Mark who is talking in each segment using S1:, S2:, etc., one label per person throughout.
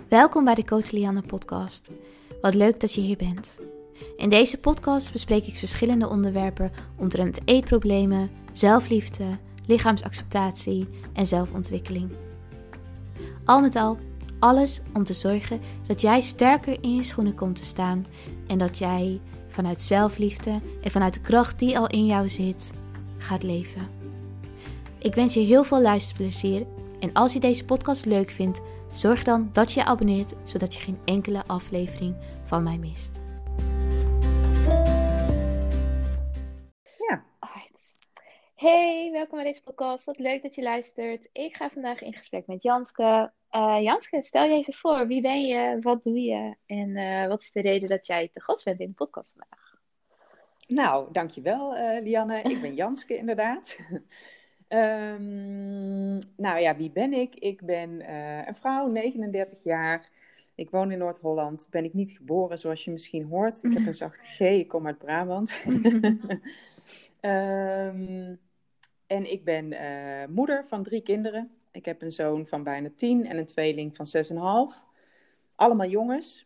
S1: Welkom bij de Coach Lianne podcast. Wat leuk dat je hier bent. In deze podcast bespreek ik verschillende onderwerpen omtrent eetproblemen, zelfliefde, lichaamsacceptatie en zelfontwikkeling. Al met al, alles om te zorgen dat jij sterker in je schoenen komt te staan en dat jij vanuit zelfliefde en vanuit de kracht die al in jou zit, gaat leven. Ik wens je heel veel luisterplezier en als je deze podcast leuk vindt, zorg dan dat je je abonneert, zodat je geen enkele aflevering van mij mist.
S2: Ja.
S1: Alright. Hey, welkom bij deze podcast. Wat leuk dat je luistert. Ik ga vandaag in gesprek met Janske. Janske, stel je even voor. Wie ben je? Wat doe je? En wat is de reden dat jij te gast bent in de podcast vandaag?
S2: Nou, dankjewel Lianne. Ik ben Janske inderdaad. Nou ja, wie ben ik? Ik ben een vrouw, 39 jaar. Ik woon in Noord-Holland. Ben ik niet geboren zoals je misschien hoort. Ik heb een zachte G, ik kom uit Brabant. En ik ben moeder van 3 kinderen. Ik heb een zoon van bijna 10 en een tweeling van 6,5. Allemaal jongens.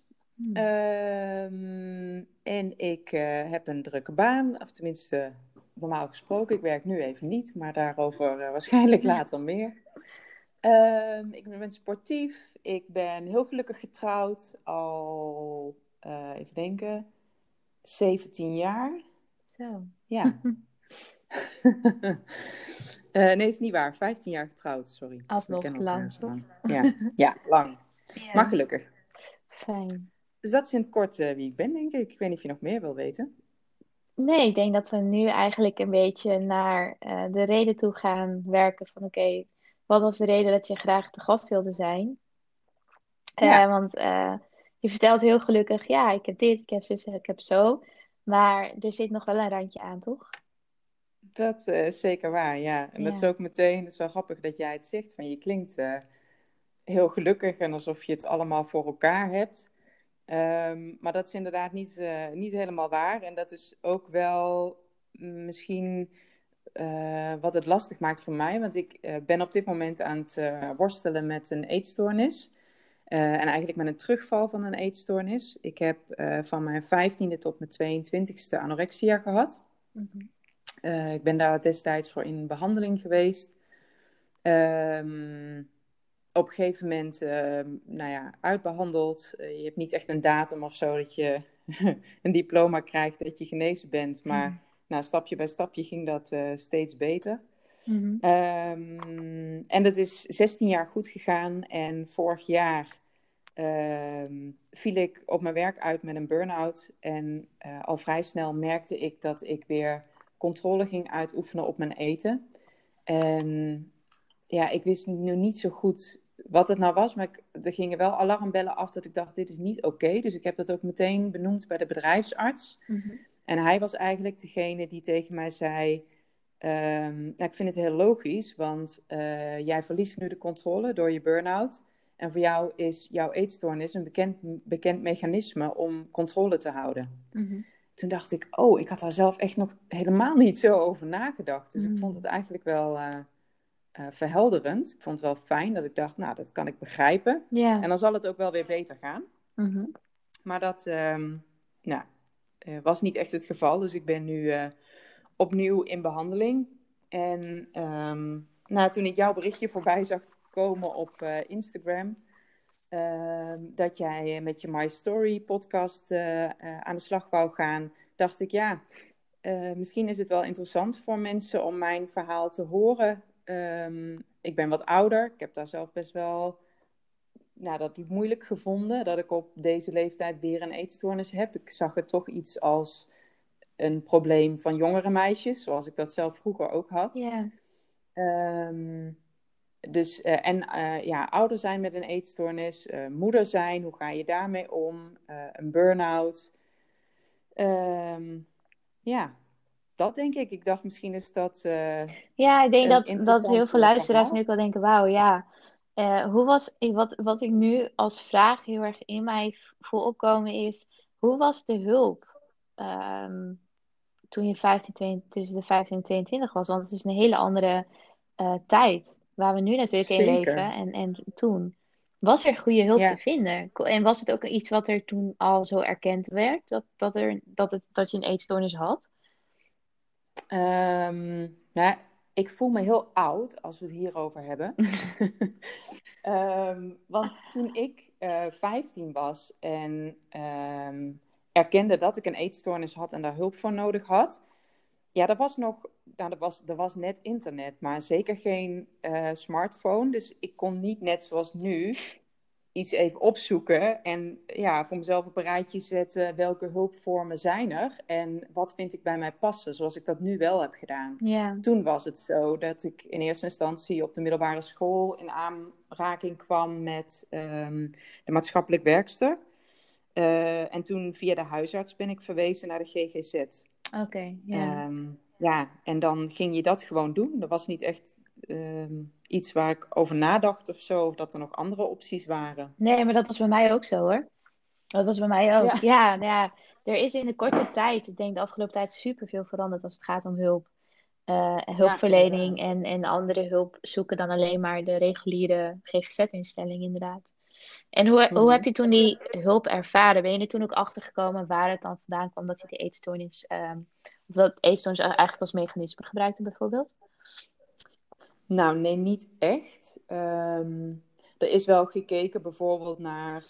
S2: En ik heb een drukke baan, of tenminste normaal gesproken. Ik werk nu even niet, maar daarover waarschijnlijk later meer. Ik ben sportief. Ik ben heel gelukkig getrouwd al, even denken, 17 jaar.
S1: Zo.
S2: Ja. Nee, is niet waar. 15 jaar getrouwd, sorry.
S1: Alsnog
S2: We kennen elkaar
S1: lang.
S2: zo lang. Ja, lang.
S1: Ja.
S2: Maar gelukkig.
S1: Fijn.
S2: Dus dat is in het kort wie ik ben, denk ik. Ik weet niet of je nog meer wil weten.
S1: Nee, ik denk dat we nu eigenlijk een beetje naar de reden toe gaan werken van oké, wat was de reden dat je graag te gast wilde zijn?
S2: Ja.
S1: Want je vertelt heel gelukkig, ja, ik heb dit, ik heb zus, ik heb zo. Maar er zit nog wel een randje aan, toch?
S2: Dat is zeker waar, ja. En dat is ook meteen, het is wel grappig dat jij het zegt, van je klinkt heel gelukkig en alsof je het allemaal voor elkaar hebt. Maar dat is inderdaad niet helemaal waar. En dat is ook wel misschien wat het lastig maakt voor mij. Want ik ben op dit moment aan het worstelen met een eetstoornis. En eigenlijk met een terugval van een eetstoornis. Ik heb van mijn 15e tot mijn 22e anorexia gehad.
S1: Mm-hmm.
S2: Ik ben daar destijds voor in behandeling geweest. Op een gegeven moment, uitbehandeld. Je hebt niet echt een datum of zo dat je een diploma krijgt dat je genezen bent. Maar stapje bij stapje ging dat steeds beter.
S1: Mm-hmm.
S2: En dat is 16 jaar goed gegaan. En vorig jaar viel ik op mijn werk uit met een burn-out. En al vrij snel merkte ik dat ik weer controle ging uitoefenen op mijn eten. En ja, ik wist nu niet zo goed wat het nou was, maar er gingen wel alarmbellen af dat ik dacht, dit is niet oké. Dus ik heb dat ook meteen benoemd bij de bedrijfsarts.
S1: Mm-hmm.
S2: En hij was eigenlijk degene die tegen mij zei, ik vind het heel logisch, want jij verliest nu de controle door je burn-out. En voor jou is jouw eetstoornis een bekend mechanisme om controle te houden.
S1: Mm-hmm.
S2: Toen dacht ik, ik had daar zelf echt nog helemaal niet zo over nagedacht. Dus ik vond het eigenlijk wel verhelderend. Ik vond het wel fijn dat ik dacht, nou, dat kan ik begrijpen.
S1: Yeah.
S2: En dan zal het ook wel weer beter gaan.
S1: Mm-hmm.
S2: Maar dat was niet echt het geval. Dus ik ben nu opnieuw in behandeling. En toen ik jouw berichtje voorbij zag komen op Instagram, dat jij met je My Story podcast aan de slag wou gaan, dacht ik, misschien is het wel interessant voor mensen om mijn verhaal te horen. Ik ben wat ouder. Ik heb daar zelf best wel dat moeilijk gevonden, dat ik op deze leeftijd weer een eetstoornis heb. Ik zag het toch iets als een probleem van jongere meisjes, zoals ik dat zelf vroeger ook had.
S1: Yeah.
S2: Ouder zijn met een eetstoornis, moeder zijn, hoe ga je daarmee om, een burn-out. Dat denk ik. Ik dacht, misschien is dat
S1: ik denk dat heel veel luisteraars
S2: verhaal.
S1: nu ook wel denken, wauw, ja. Hoe was, wat ik nu als vraag heel erg in mij voel opkomen is, hoe was de hulp toen je tussen de 15 en 22 was? Want het is een hele andere tijd waar we nu natuurlijk in
S2: Zeker.
S1: leven en toen. Was er goede hulp te
S2: Ja.
S1: vinden? En was het ook iets wat er toen al zo erkend werd? Dat je een eetstoornis had?
S2: Nou, ik voel me heel oud als we het hierover hebben. Want toen ik 15 was en erkende dat ik een eetstoornis had en daar hulp voor nodig had. Ja, dat was nog, nou, dat was net internet, maar zeker geen smartphone. Dus ik kon niet net zoals nu iets even opzoeken en ja, voor mezelf op een rijtje zetten welke hulpvormen zijn er en wat vind ik bij mij passen, zoals ik dat nu wel heb gedaan.
S1: Ja.
S2: Toen was het zo dat ik in eerste instantie op de middelbare school in aanraking kwam met de maatschappelijk werkster. En toen via de huisarts ben ik verwezen naar de GGZ.
S1: Oké, ja.
S2: Ehm, ja, en dan ging je dat gewoon doen. Er was niet echt iets waar ik over nadacht of zo, of dat er nog andere opties waren.
S1: Nee, maar dat was bij mij ook zo hoor. Dat was bij mij ook.
S2: Ja,
S1: Ja, nou ja, er is in de korte tijd, ik denk de afgelopen tijd, superveel veranderd als het gaat om hulp.
S2: ja,
S1: Hulpverlening
S2: inderdaad.
S1: en andere hulp zoeken dan alleen maar de reguliere GGZ-instelling, inderdaad. En hoe heb
S2: Mhm.
S1: je toen die hulp ervaren? Ben je er toen ook achter gekomen waar het dan vandaan kwam dat je die eetstoornis, of dat eetstoornis eigenlijk als mechanisme gebruikte, bijvoorbeeld?
S2: Nou, nee, niet echt. Er is wel gekeken bijvoorbeeld naar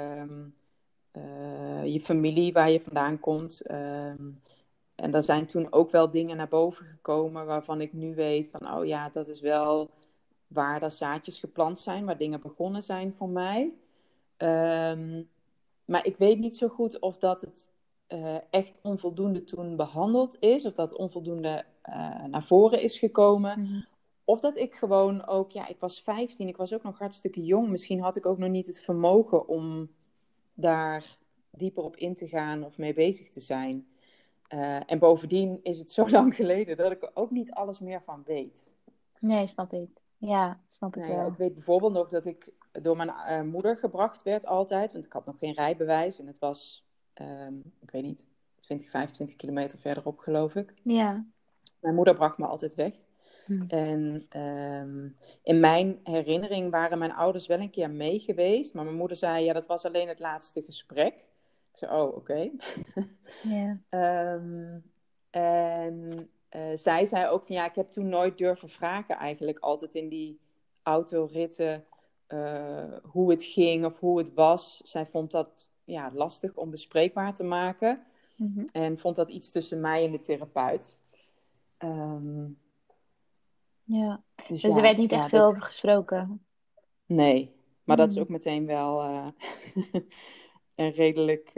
S2: je familie, waar je vandaan komt. En daar zijn toen ook wel dingen naar boven gekomen waarvan ik nu weet van, oh ja, dat is wel waar er zaadjes geplant zijn, waar dingen begonnen zijn voor mij. Ehm, maar ik weet niet zo goed of dat het echt onvoldoende toen behandeld is, of dat onvoldoende naar voren is gekomen.
S1: Mhm.
S2: Of dat ik gewoon ook, ja, ik was 15, ik was ook nog hartstikke jong. Misschien had ik ook nog niet het vermogen om daar dieper op in te gaan of mee bezig te zijn. En bovendien is het zo lang geleden dat ik er ook niet alles meer van weet.
S1: Nee, snap ik. Ja, snap ik
S2: Nou ja, ik
S1: wel.
S2: weet bijvoorbeeld nog dat ik door mijn moeder gebracht werd altijd, want ik had nog geen rijbewijs en het was, ik weet niet, 20, 25 kilometer verderop geloof ik.
S1: Ja.
S2: Mijn moeder bracht me altijd weg.
S1: Hm.
S2: En in mijn herinnering waren mijn ouders wel een keer mee geweest, maar mijn moeder zei, ja, dat was alleen het laatste gesprek. Ik zei, oh, oké.
S1: Ja.
S2: En zij zei ook van, ja, ik heb toen nooit durven vragen eigenlijk, altijd in die autoritten, hoe het ging of hoe het was. Zij vond dat ja, lastig om bespreekbaar te maken
S1: Mhm.
S2: en vond dat iets tussen mij en de therapeut. Ehm,
S1: Ja.
S2: dus
S1: Dus er werd
S2: ja,
S1: niet echt
S2: ja,
S1: veel
S2: dat,
S1: over gesproken.
S2: nee. Maar dat is
S1: Hmm.
S2: ook meteen wel een redelijk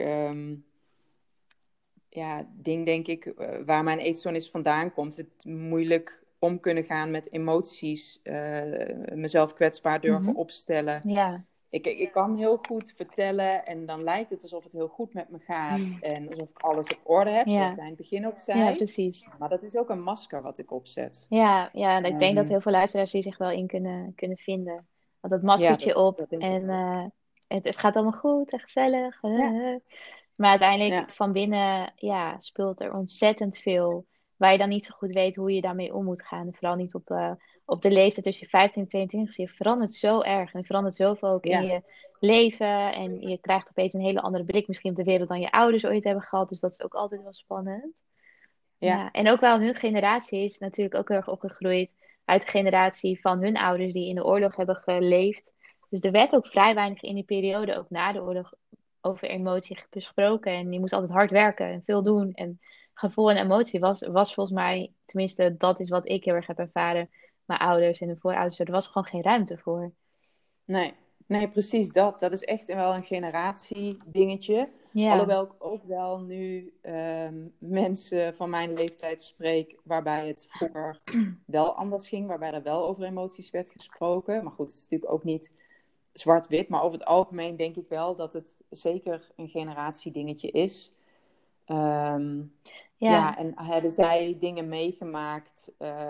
S2: ja, ding, denk ik, waar mijn eetstoornis vandaan komt. Het moeilijk om kunnen gaan met emoties, mezelf kwetsbaar durven
S1: Mhm.
S2: opstellen.
S1: Ja.
S2: Ik kan heel goed vertellen en dan lijkt het alsof het heel goed met me gaat en alsof ik alles op orde heb, zoals
S1: Ja.
S2: jij in het begin ook
S1: Ja,
S2: zei.
S1: precies.
S2: Maar dat is ook een masker wat ik opzet.
S1: Ja, ja, en ik denk dat
S2: En
S1: heel veel luisteraars hier zich wel in kunnen vinden. Want dat
S2: ja,
S1: maskertje op
S2: dat denk ik
S1: en
S2: ook.
S1: het gaat allemaal goed en gezellig.
S2: Ja,
S1: Maar uiteindelijk
S2: ja,
S1: van binnen ja, speelt er ontzettend veel waar je dan niet zo goed weet hoe je daarmee om moet gaan. En vooral niet op de leeftijd tussen je 15 en 22. Je verandert zo erg en er verandert zoveel ook in
S2: ja,
S1: je leven. En je krijgt opeens een hele andere blik misschien op de wereld dan je ouders ooit hebben gehad. Dus dat is ook altijd wel spannend.
S2: ja,
S1: Ja, en ook wel hun generatie is natuurlijk ook heel erg opgegroeid uit de generatie van hun ouders die in de oorlog hebben geleefd. Dus er werd ook vrij weinig in die periode, ook na de oorlog, over emotie besproken. En je moest altijd hard werken en veel doen. En gevoel en emotie was volgens mij, tenminste, dat is wat ik heel erg heb ervaren. Mijn ouders en de voorouders, er was gewoon geen ruimte voor.
S2: nee, nee, precies dat. Dat is echt wel een generatie dingetje.
S1: Ja,
S2: Alhoewel ik ook wel nu mensen van mijn leeftijd spreek waarbij het vroeger wel anders ging, waarbij er wel over emoties werd gesproken. Maar goed, het is natuurlijk ook niet zwart-wit, maar over het algemeen denk ik wel dat het zeker een generatiedingetje is. Ehm,
S1: ja,
S2: ja, en hebben zij dingen meegemaakt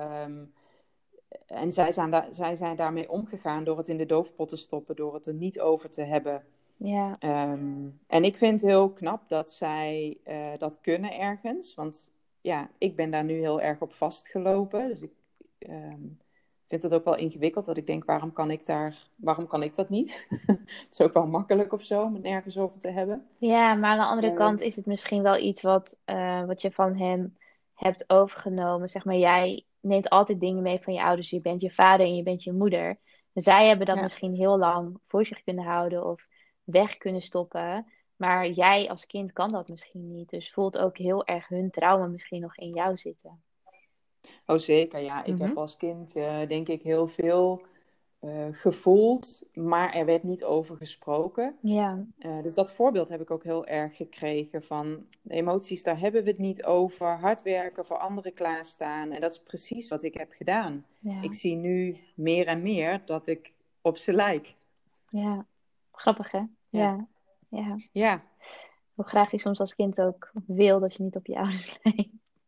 S2: en zij zijn daarmee omgegaan door het in de doofpot te stoppen, door het er niet over te hebben.
S1: ja,
S2: En ik vind het heel knap dat zij dat kunnen ergens. Want ja, ik ben daar nu heel erg op vastgelopen. Dus ik vind het ook wel ingewikkeld. Dat ik denk, waarom kan ik dat niet? Het is ook wel makkelijk of zo, om het nergens over te hebben.
S1: Ja, maar aan de andere
S2: Ehm,
S1: kant is het misschien wel iets wat je van hem hebt overgenomen. Zeg maar, jij neemt altijd dingen mee van je ouders. Je bent je vader en je bent je moeder. En zij hebben dat
S2: ja.
S1: misschien heel lang voor zich kunnen houden of weg kunnen stoppen. Maar jij als kind kan dat misschien niet. Dus voelt ook heel erg hun trauma misschien nog in jou zitten.
S2: Oh, zeker. Ja, ik
S1: Mhm.
S2: heb als kind denk ik heel veel gevoeld, maar er werd niet over gesproken.
S1: Ja,
S2: Dus dat voorbeeld heb ik ook heel erg gekregen van emoties, daar hebben we het niet over. Hard werken, voor anderen klaarstaan. En dat is precies wat ik heb gedaan. Ik
S1: ja,
S2: zie nu meer en meer dat ik op ze lijk.
S1: ja. Grappig, hè?
S2: Ja,
S1: Ja, ja.
S2: ja.
S1: Hoe graag je soms als kind ook wil dat je niet op je ouders lijkt.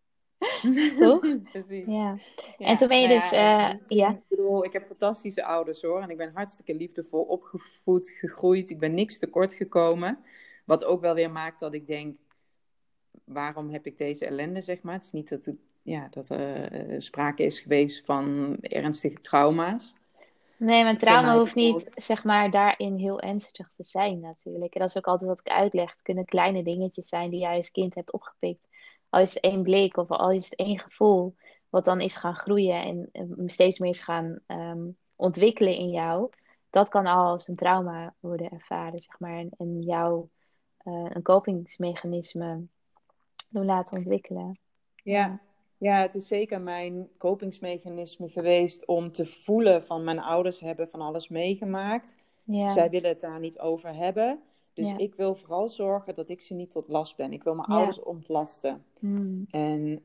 S1: Toch?
S2: Precies.
S1: Ja. En toen
S2: Ja,
S1: ben je
S2: nou
S1: dus,
S2: ja, en misschien,
S1: ja.
S2: ik bedoel, ik heb fantastische ouders hoor. En ik ben hartstikke liefdevol opgevoed, gegroeid. Ik ben niks tekort gekomen. Wat ook wel weer maakt dat ik denk, waarom heb ik deze ellende, zeg maar. Het is niet dat er sprake is geweest van ernstige trauma's.
S1: Nee, maar
S2: Voor
S1: trauma
S2: mij
S1: hoeft niet,
S2: persoonlijk.
S1: zeg maar, daarin heel ernstig te zijn natuurlijk. En dat is ook altijd wat ik uitleg. Het kunnen kleine dingetjes zijn die jij als kind hebt opgepikt. Al is het één blik of al is het één gevoel, wat dan is gaan groeien en steeds meer is gaan ontwikkelen in jou. Dat kan al als een trauma worden ervaren, zeg maar. En jou een kopingsmechanisme doen laten ontwikkelen. Ja,
S2: Ja. Ja, het is zeker mijn kopingsmechanisme geweest om te voelen van mijn ouders hebben van alles meegemaakt.
S1: ja,
S2: Zij willen het daar niet over hebben. Dus
S1: ja,
S2: ik wil vooral zorgen dat ik ze niet tot last ben. Ik wil mijn
S1: ja.
S2: ouders ontlasten.
S1: Hmm.
S2: En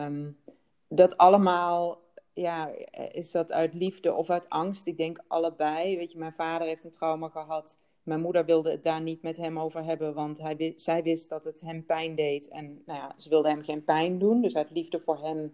S2: dat allemaal, ja, is dat uit liefde of uit angst? Ik denk allebei. Weet je, mijn vader heeft een trauma gehad. Mijn moeder wilde het daar niet met hem over hebben, want zij wist dat het hem pijn deed. En nou ja, ze wilde hem geen pijn doen. Dus uit liefde voor hem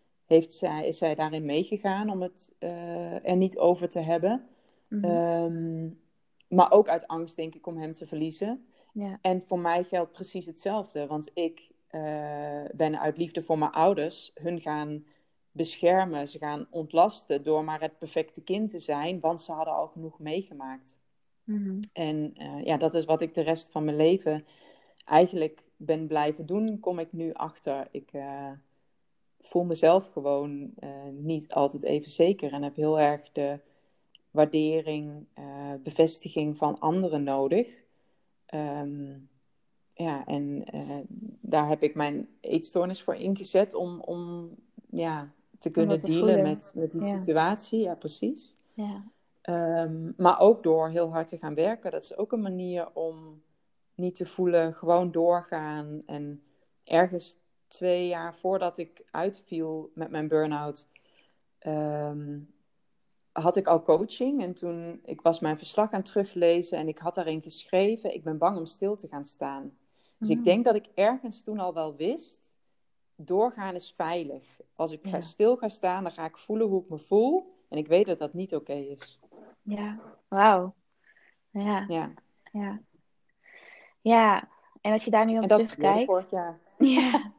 S2: is zij daarin meegegaan om het er niet over te hebben.
S1: Mhm.
S2: Ehm, maar ook uit angst, denk ik, om hem te verliezen.
S1: Ja.
S2: En voor mij geldt precies hetzelfde. Want ik ben uit liefde voor mijn ouders hun gaan beschermen. Ze gaan ontlasten door maar het perfecte kind te zijn. Want ze hadden al genoeg meegemaakt.
S1: Mhm.
S2: En ja, dat is wat ik de rest van mijn leven eigenlijk ben blijven doen. Kom ik nu achter. Ik voel mezelf gewoon niet altijd even zeker. En heb heel erg de waardering, bevestiging van anderen nodig. Ehm, ja, en daar heb ik mijn eetstoornis voor ingezet om ja, te
S1: Om dat
S2: kunnen
S1: te
S2: dealen
S1: voelen.
S2: met die
S1: Ja,
S2: situatie. Ja, precies.
S1: ja.
S2: Maar ook door heel hard te gaan werken. Dat is ook een manier om niet te voelen, gewoon doorgaan. En ergens 2 jaar voordat ik uitviel met mijn burn-out, ehm, had ik al coaching. En toen, ik was mijn verslag aan het teruglezen en ik had daarin geschreven, ik ben bang om stil te gaan staan. Dus ik
S1: Mm.
S2: denk dat ik ergens toen al wel wist, doorgaan is veilig. Als ik
S1: Ja,
S2: stil ga staan, dan ga ik voelen hoe ik me voel. En ik weet dat dat niet oké is.
S1: ja. Wauw. Ja,
S2: Ja,
S1: ja. Ja. En als je daar nu
S2: en
S1: op
S2: dat gebeurde vorig
S1: terugkijkt.
S2: jaar.
S1: Ja,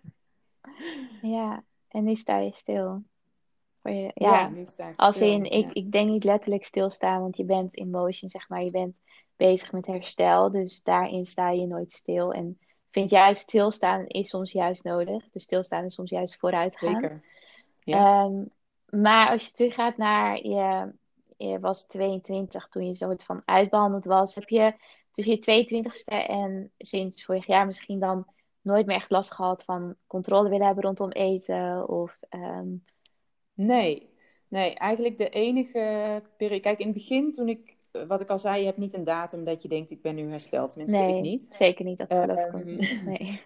S1: ja. En nu sta je stil. Voor je,
S2: Ja,
S1: ja.
S2: nu sta ik
S1: Als in,
S2: stil.
S1: ik,
S2: Ja,
S1: ik denk niet letterlijk stilstaan, want je bent in motion, zeg maar. Je bent bezig met herstel, dus daarin sta je nooit stil. En ik vind juist stilstaan is soms juist nodig. Dus stilstaan is soms juist vooruitgaan.
S2: zeker. Ja.
S1: Ehm, maar als je teruggaat naar je was 22 toen je soort van uitbehandeld was, heb je tussen je 22ste en sinds vorig jaar misschien dan nooit meer echt last gehad van controle willen hebben rondom eten of
S2: Nee, nee, eigenlijk de enige periode. Kijk, in het begin toen wat ik al zei, je hebt niet een datum dat je denkt, ik ben nu hersteld. Tenminste, ik
S1: nee,
S2: niet.
S1: zeker niet. Dat geloof ik ook
S2: Ehm,
S1: niet. Nee.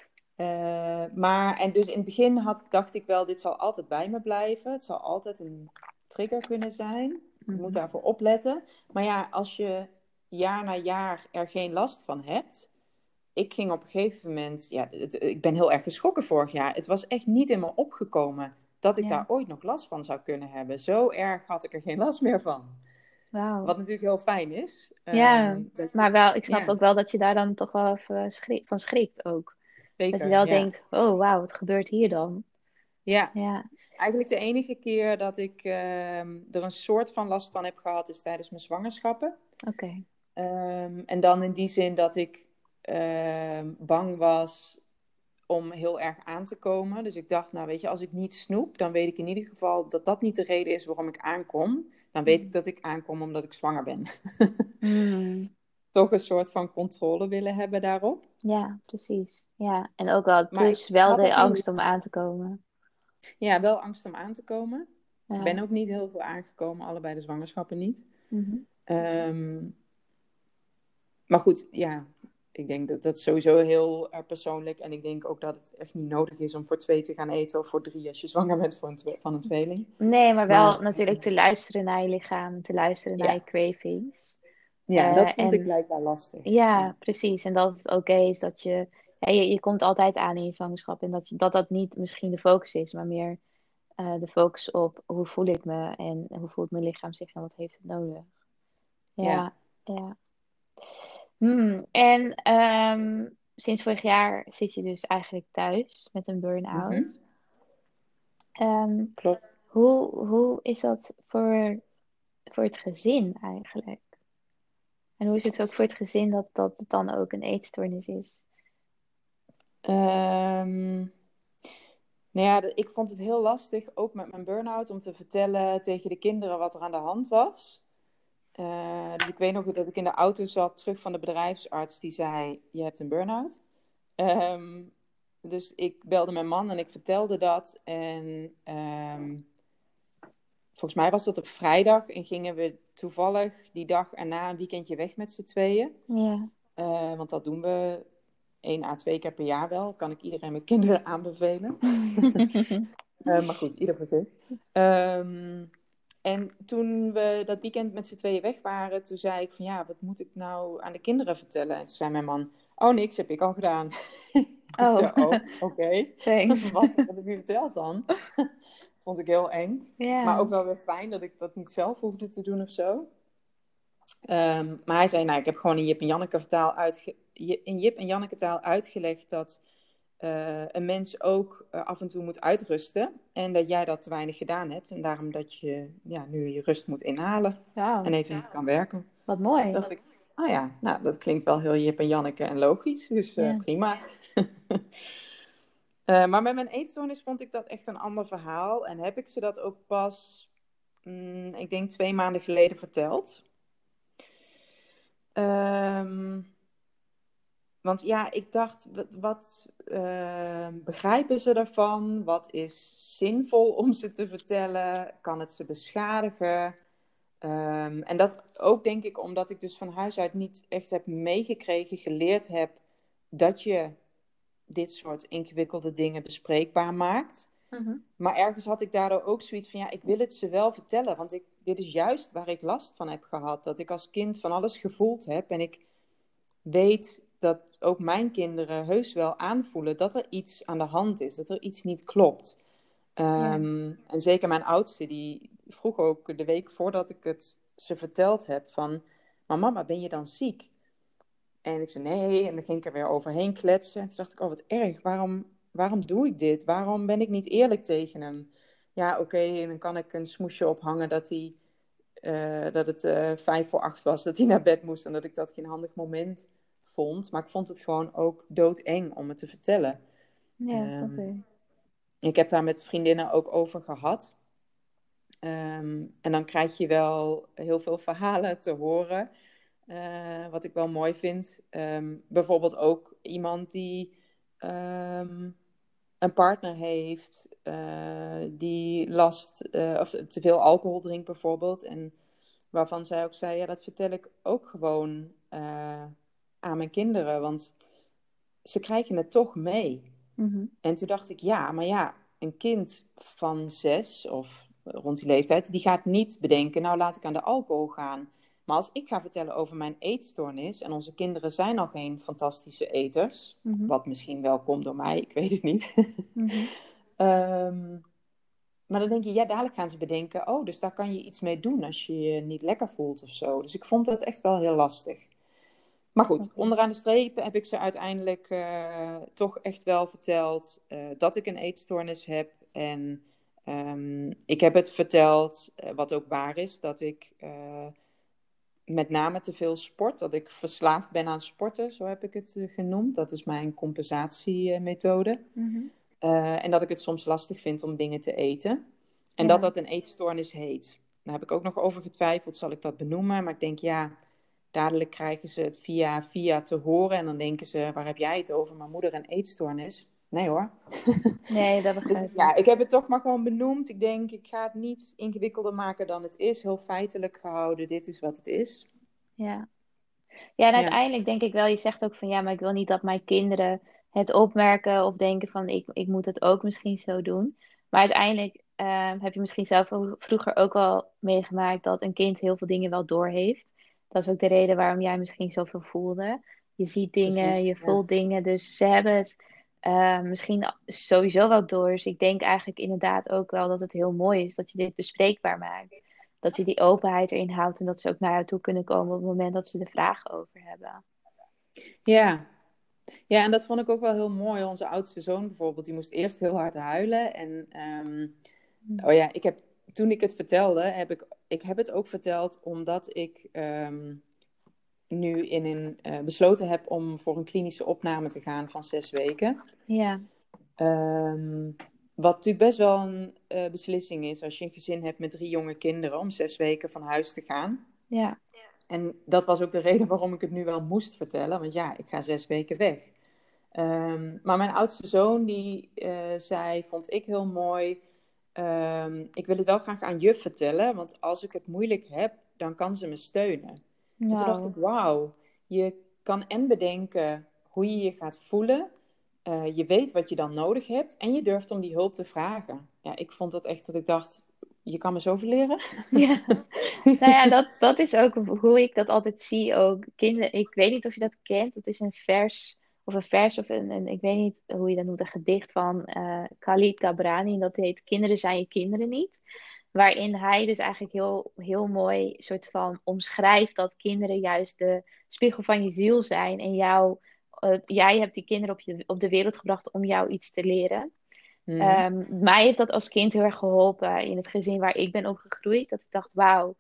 S2: maar, en dus in het begin dacht ik wel, dit zal altijd bij me blijven. Het zal altijd een trigger kunnen zijn. Ik moet
S1: Mhm.
S2: daarvoor opletten. Maar ja, als je jaar na jaar er geen last van hebt. Ik ging op een gegeven moment, ja, ik ben heel erg geschrokken vorig jaar. Het was echt niet in me opgekomen dat ik daar
S1: Ja,
S2: ooit nog last van zou kunnen hebben. Zo erg had ik er geen last meer van.
S1: wauw.
S2: Wat natuurlijk heel fijn is.
S1: Ja, maar wel, ik snap
S2: Ja,
S1: ook wel dat je daar dan toch wel even van schrikt ook. Dat je
S2: zeker.
S1: wel
S2: Ja.
S1: denkt, oh wauw, wat gebeurt hier dan?
S2: Ja,
S1: Ja,
S2: eigenlijk de enige keer dat ik er een soort van last van heb gehad is tijdens mijn zwangerschappen.
S1: oké.
S2: En dan in die zin dat ik bang was om heel erg aan te komen. Dus ik dacht, nou weet je, als ik niet snoep, dan weet ik in ieder geval dat dat niet de reden is waarom ik aankom. Dan weet ik dat ik aankom omdat ik zwanger ben.
S1: Mm.
S2: Toch een soort van controle willen hebben daarop.
S1: Ja, precies. Ja, en ook wel
S2: Maar
S1: dus
S2: ik
S1: wel
S2: had
S1: de
S2: het nog
S1: angst om
S2: niet.
S1: aan te komen.
S2: Ja, wel angst om aan te komen. Ik
S1: Ja.
S2: ben ook niet heel veel aangekomen, allebei de zwangerschappen niet.
S1: Mhm.
S2: Ehm, maar goed, ja, ik denk dat dat sowieso heel persoonlijk. En ik denk ook dat het echt niet nodig is om voor 2 te gaan eten of voor 3 als je zwanger bent van een tweeling.
S1: Nee, maar wel
S2: Maar
S1: natuurlijk te luisteren naar je lichaam, te luisteren naar je
S2: ja,
S1: cravings.
S2: ja, dat vond ik
S1: En
S2: blijkbaar lastig. Ja,
S1: ja, precies. En dat het oké is dat je, ja, je komt altijd aan in je zwangerschap. En dat niet misschien de focus is, maar meer de focus op hoe voel ik me en hoe voelt mijn lichaam zich en wat heeft het nodig.
S2: ja.
S1: Ja, ja. En sinds vorig jaar zit je dus eigenlijk thuis met een
S2: Mhm,
S1: burn-out. Ehm,
S2: klopt.
S1: hoe is dat voor het gezin eigenlijk? En hoe is het ook voor het gezin dat het dan ook een eetstoornis is?
S2: Ehm, nou ja, ik vond het heel lastig, ook met mijn burn-out, om te vertellen tegen de kinderen wat er aan de hand was. Dus ik weet nog dat ik in de auto zat, terug van de bedrijfsarts, die zei, je hebt een burn-out. Ehm, dus ik belde mijn man en ik vertelde dat. En volgens mij was dat op vrijdag en gingen we toevallig die dag erna een weekendje weg met z'n tweeën.
S1: Ja.
S2: Want dat doen we 1 à 2 keer per jaar wel. Kan ik iedereen met kinderen aanbevelen. Maar goed, ieder voor zich. En toen we dat weekend met z'n tweeën weg waren, toen zei ik van ja, wat moet ik nou aan de kinderen vertellen? En toen zei mijn man, oh niks, heb ik al gedaan. Ik
S1: Oh,
S2: zei, oh, oké.
S1: thanks.
S2: Wat heb je verteld dan? Vond ik heel eng. Maar
S1: Ja.
S2: ook wel weer fijn dat ik dat niet zelf hoefde te doen of zo. Maar hij zei, nou, ik heb gewoon in Jip en Janneke in Jip en Janneke taal uitgelegd dat een mens ook af en toe moet uitrusten. En dat jij dat te weinig gedaan hebt. En daarom dat je nu je rust moet inhalen. En
S1: Wauw,
S2: even niet kan werken.
S1: wat mooi.
S2: Dacht ik, oh ja, nou, dat klinkt wel heel Jip en Janneke en logisch. Dus
S1: Ja.
S2: prima. Maar met mijn eetstoornis vond ik dat echt een ander verhaal. En heb ik ze dat ook pas, ik denk 2 maanden geleden verteld. Ehm, Want ja, ik dacht, wat begrijpen ze ervan? Wat is zinvol om ze te vertellen? Kan het ze beschadigen? En dat ook denk ik omdat ik dus van huis uit niet echt heb meegekregen, geleerd heb dat je dit soort ingewikkelde dingen bespreekbaar maakt.
S1: Mhm.
S2: Maar ergens had ik daardoor ook zoiets van, ja, ik wil het ze wel vertellen. Want dit is juist waar ik last van heb gehad. Dat ik als kind van alles gevoeld heb. En ik weet dat ook mijn kinderen heus wel aanvoelen dat er iets aan de hand is. Dat er iets niet klopt.
S1: Ja.
S2: En zeker mijn oudste, die vroeg ook de week voordat ik het ze verteld heb van... Maar mama, ben je dan ziek? En ik zei nee, en dan ging ik er weer overheen kletsen. En toen dacht ik, oh wat erg, waarom doe ik dit? Waarom ben ik niet eerlijk tegen hem? Ja, oké, en dan kan ik een smoesje ophangen dat het 7:55 was, dat hij naar bed moest en dat ik dat geen handig moment vond. Maar ik vond het gewoon ook doodeng om het te vertellen.
S1: Ja, snap
S2: Ehm,
S1: ik.
S2: ik heb daar met vriendinnen ook over gehad. En dan krijg je wel heel veel verhalen te horen. Wat ik wel mooi vind. Bijvoorbeeld ook iemand die een partner heeft die of te veel alcohol drinkt bijvoorbeeld. En waarvan zij ook zei, ja, dat vertel ik ook gewoon aan mijn kinderen. Want ze krijgen het toch mee.
S1: Mhm.
S2: En toen dacht ik, ja, maar ja, een kind van 6 of rond die leeftijd, die gaat niet bedenken, nou laat ik aan de alcohol gaan. Maar als ik ga vertellen over mijn eetstoornis, en onze kinderen zijn al geen fantastische eters,
S1: Mhm.
S2: wat misschien wel komt door mij, ik weet het niet.
S1: Mhm.
S2: Ehm, maar dan denk je, ja, dadelijk gaan ze bedenken, oh, dus daar kan je iets mee doen als je je niet lekker voelt of zo. Dus ik vond dat echt wel heel lastig. Maar goed,
S1: Snap ik.
S2: onderaan de streep heb ik ze uiteindelijk toch echt wel verteld dat ik een eetstoornis heb. En ik heb het verteld, wat ook waar is, dat ik met name te veel sport. Dat ik verslaafd ben aan sporten, zo heb ik het genoemd. Dat is mijn compensatiemethode.
S1: Mhm.
S2: En dat ik het soms lastig vind om dingen te eten. En
S1: Ja.
S2: dat een eetstoornis heet. Daar heb ik ook nog over getwijfeld, zal ik dat benoemen? Maar ik denk, ja, dadelijk krijgen ze het via te horen. En dan denken ze, waar heb jij het over? Mijn moeder een eetstoornis? Nee hoor.
S1: Nee, dat
S2: Dus
S1: begrijp ik.
S2: ja, ik heb het toch maar gewoon benoemd. Ik denk, ik ga het niet ingewikkelder maken dan het is. Heel feitelijk gehouden, dit is wat het is.
S1: Ja. Ja, en
S2: Ja,
S1: uiteindelijk denk ik wel, je zegt ook van ja, maar ik wil niet dat mijn kinderen het opmerken of denken van ik moet het ook misschien zo doen. Maar uiteindelijk heb je misschien zelf vroeger ook al meegemaakt dat een kind heel veel dingen wel doorheeft. Dat is ook de reden waarom jij misschien zoveel voelde. Je ziet dingen,
S2: precies.
S1: je
S2: Ja.
S1: voelt dingen, dus ze hebben het misschien sowieso wel door. Dus ik denk eigenlijk inderdaad ook wel dat het heel mooi is dat je dit bespreekbaar maakt. Dat je die openheid erin houdt en dat ze ook naar jou toe kunnen komen op het moment dat ze er vragen over hebben.
S2: Ja. Ja, en dat vond ik ook wel heel mooi. Onze oudste zoon bijvoorbeeld, die moest eerst heel hard huilen. En oh ja, toen ik het vertelde, ik heb het ook verteld omdat ik nu besloten heb om voor een klinische opname te gaan van 6 weken.
S1: Ja,
S2: Ehm, Wat natuurlijk best wel een beslissing is als je een gezin hebt met 3 jonge kinderen om 6 weken van huis te gaan.
S1: ja,
S2: En dat was ook de reden waarom ik het nu wel moest vertellen, want ja, ik ga 6 weken weg. Maar mijn oudste zoon die zei, vond ik heel mooi, ik wil het wel graag aan juf vertellen, want als ik het moeilijk heb, dan kan ze me steunen. En toen dacht ik,
S1: nou,
S2: wauw, je kan en bedenken hoe je je gaat voelen. Je weet wat je dan nodig hebt en je durft om die hulp te vragen. Ja, ik vond dat echt dat ik dacht, je kan me zoveel leren.
S1: ja. Nou ja, dat is ook hoe ik dat altijd zie ook. Kinderen, ik weet niet of je dat kent. Het is een vers of ik weet niet hoe je dat noemt, een gedicht van Khalid Gibran. Dat heet Kinderen zijn je kinderen niet. Waarin hij dus eigenlijk heel, heel mooi soort van omschrijft dat kinderen juist de spiegel van je ziel zijn. En jij hebt die kinderen op de wereld gebracht om jou iets te leren.
S2: Mhm.
S1: Mij heeft dat als kind heel erg geholpen in het gezin waar ik ben opgegroeid. Dat ik dacht, wauw,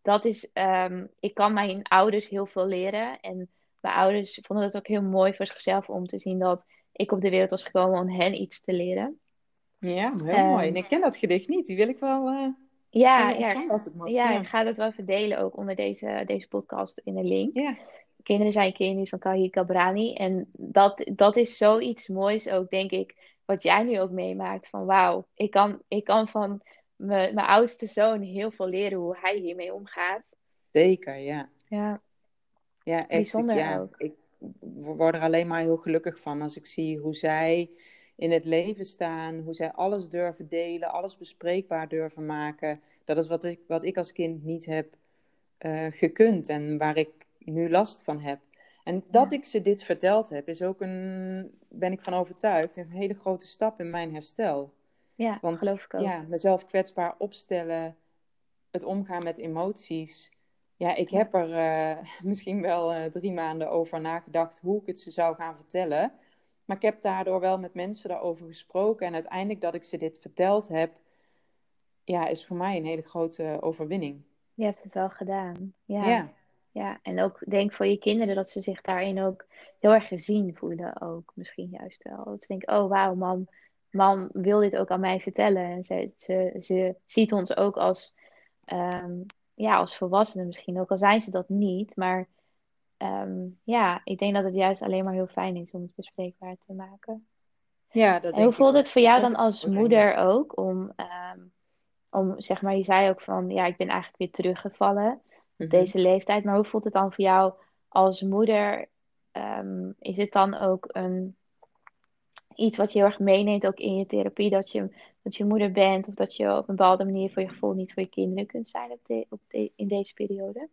S1: ik kan mijn ouders heel veel leren. En mijn ouders vonden het ook heel mooi voor zichzelf om te zien dat ik op de wereld was gekomen om hen iets te leren.
S2: Ja, heel mooi. En
S1: Um,
S2: ik ken dat gedicht niet. Die wil ik wel
S1: ja,
S2: even
S1: ja,
S2: ontstaan als het mag.
S1: ja, ik
S2: Ja,
S1: ga dat wel even delen ook onder deze podcast in de link.
S2: ja,
S1: Kinderen zijn kinderen van Khalil Gibran. En dat is zoiets moois ook, denk ik, wat jij nu ook meemaakt. Van wauw, ik kan van mijn oudste zoon heel veel leren hoe hij hiermee omgaat.
S2: zeker. Ja,
S1: Ja,
S2: ja echt.
S1: bijzonder ook.
S2: Ik word er alleen maar heel gelukkig van als ik zie hoe zij in het leven staan. Hoe zij alles durven delen, alles bespreekbaar durven maken. Dat is wat ik als kind niet heb gekund en waar ik nu last van heb. En dat
S1: Ja,
S2: ik ze dit verteld heb, is ook ben ik van overtuigd, een hele grote stap in mijn herstel.
S1: ja,
S2: Want
S1: geloof ik ook.
S2: ja, mezelf kwetsbaar opstellen, het omgaan met emoties. Ja, ik
S1: Ja,
S2: heb er misschien wel 3 maanden over nagedacht hoe ik het ze zou gaan vertellen. Maar ik heb daardoor wel met mensen daarover gesproken. En uiteindelijk dat ik ze dit verteld heb, ja, is voor mij een hele grote overwinning.
S1: je hebt het wel gedaan. Ja,
S2: Ja,
S1: ja. En ook denk voor je kinderen dat ze zich daarin ook heel erg gezien voelen ook. Misschien juist wel. Dat ze denken, oh wauw, mam wil dit ook aan mij vertellen. En ze ziet ons ook ehm, als volwassenen misschien. Ook al zijn ze dat niet. Maar ja, ik denk dat het juist alleen maar heel fijn is om het bespreekbaar te maken.
S2: ja, dat
S1: En hoe
S2: denk ik
S1: voelt
S2: ook.
S1: het voor jou
S2: Vond
S1: dan
S2: ik
S1: als
S2: heel fijn, ja.
S1: moeder ook om, zeg maar, je zei ook van, ja, ik ben eigenlijk weer teruggevallen op
S2: Mhm.
S1: deze leeftijd. Maar hoe voelt het dan voor jou als moeder? Is het dan ook iets wat je heel erg meeneemt ook in je therapie, dat je moeder bent of dat je op een bepaalde manier voor je gevoel niet voor je kinderen kunt zijn in deze periode?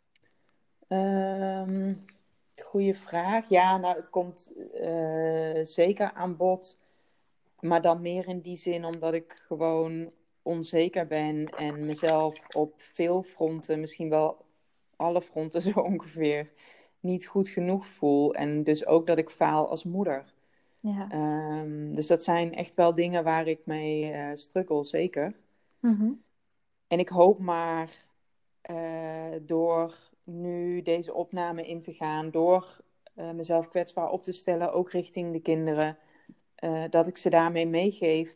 S2: Ehm, Goeie vraag. Ja, nou, het komt zeker aan bod. Maar dan meer in die zin omdat ik gewoon onzeker ben en mezelf op veel fronten, misschien wel alle fronten zo ongeveer, niet goed genoeg voel. En dus ook dat ik faal als moeder.
S1: Ja.
S2: Dus dat zijn echt wel dingen waar ik mee struggle, zeker.
S1: Mhm.
S2: En ik hoop maar door nu deze opname in te gaan, door mezelf kwetsbaar op te stellen, ook richting de kinderen, dat ik ze daarmee meegeef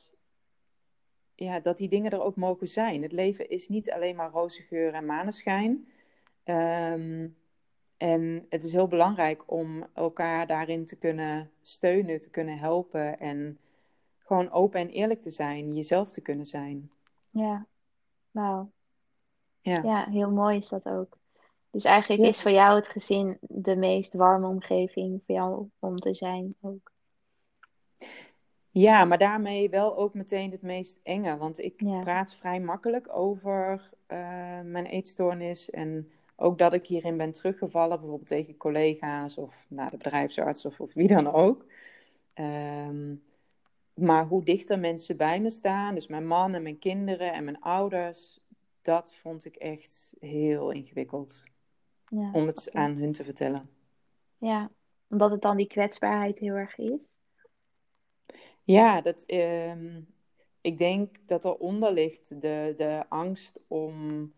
S2: dat die dingen er ook mogen zijn. Het leven is niet alleen maar roze geur en maneschijn. En het is heel belangrijk om elkaar daarin te kunnen steunen, te kunnen helpen en gewoon open en eerlijk te zijn, jezelf te kunnen zijn.
S1: Ja, wauw.
S2: Ja.
S1: Ja, heel mooi is dat ook. Dus eigenlijk
S2: Ja.
S1: is voor jou het gezin de meest warme omgeving voor jou om te zijn ook.
S2: Ja, maar daarmee wel ook meteen het meest enge. Want ik
S1: Ja,
S2: praat vrij makkelijk over mijn eetstoornis. En ook dat ik hierin ben teruggevallen, bijvoorbeeld tegen collega's of naar de bedrijfsarts of wie dan ook. Ehm, maar hoe dichter mensen bij me staan, dus mijn man en mijn kinderen en mijn ouders, dat vond ik echt heel ingewikkeld
S1: ja,
S2: om
S1: snap
S2: het
S1: ik.
S2: aan hun te vertellen.
S1: Ja, omdat het dan die kwetsbaarheid heel erg is.
S2: Ja, ik denk dat eronder ligt de angst om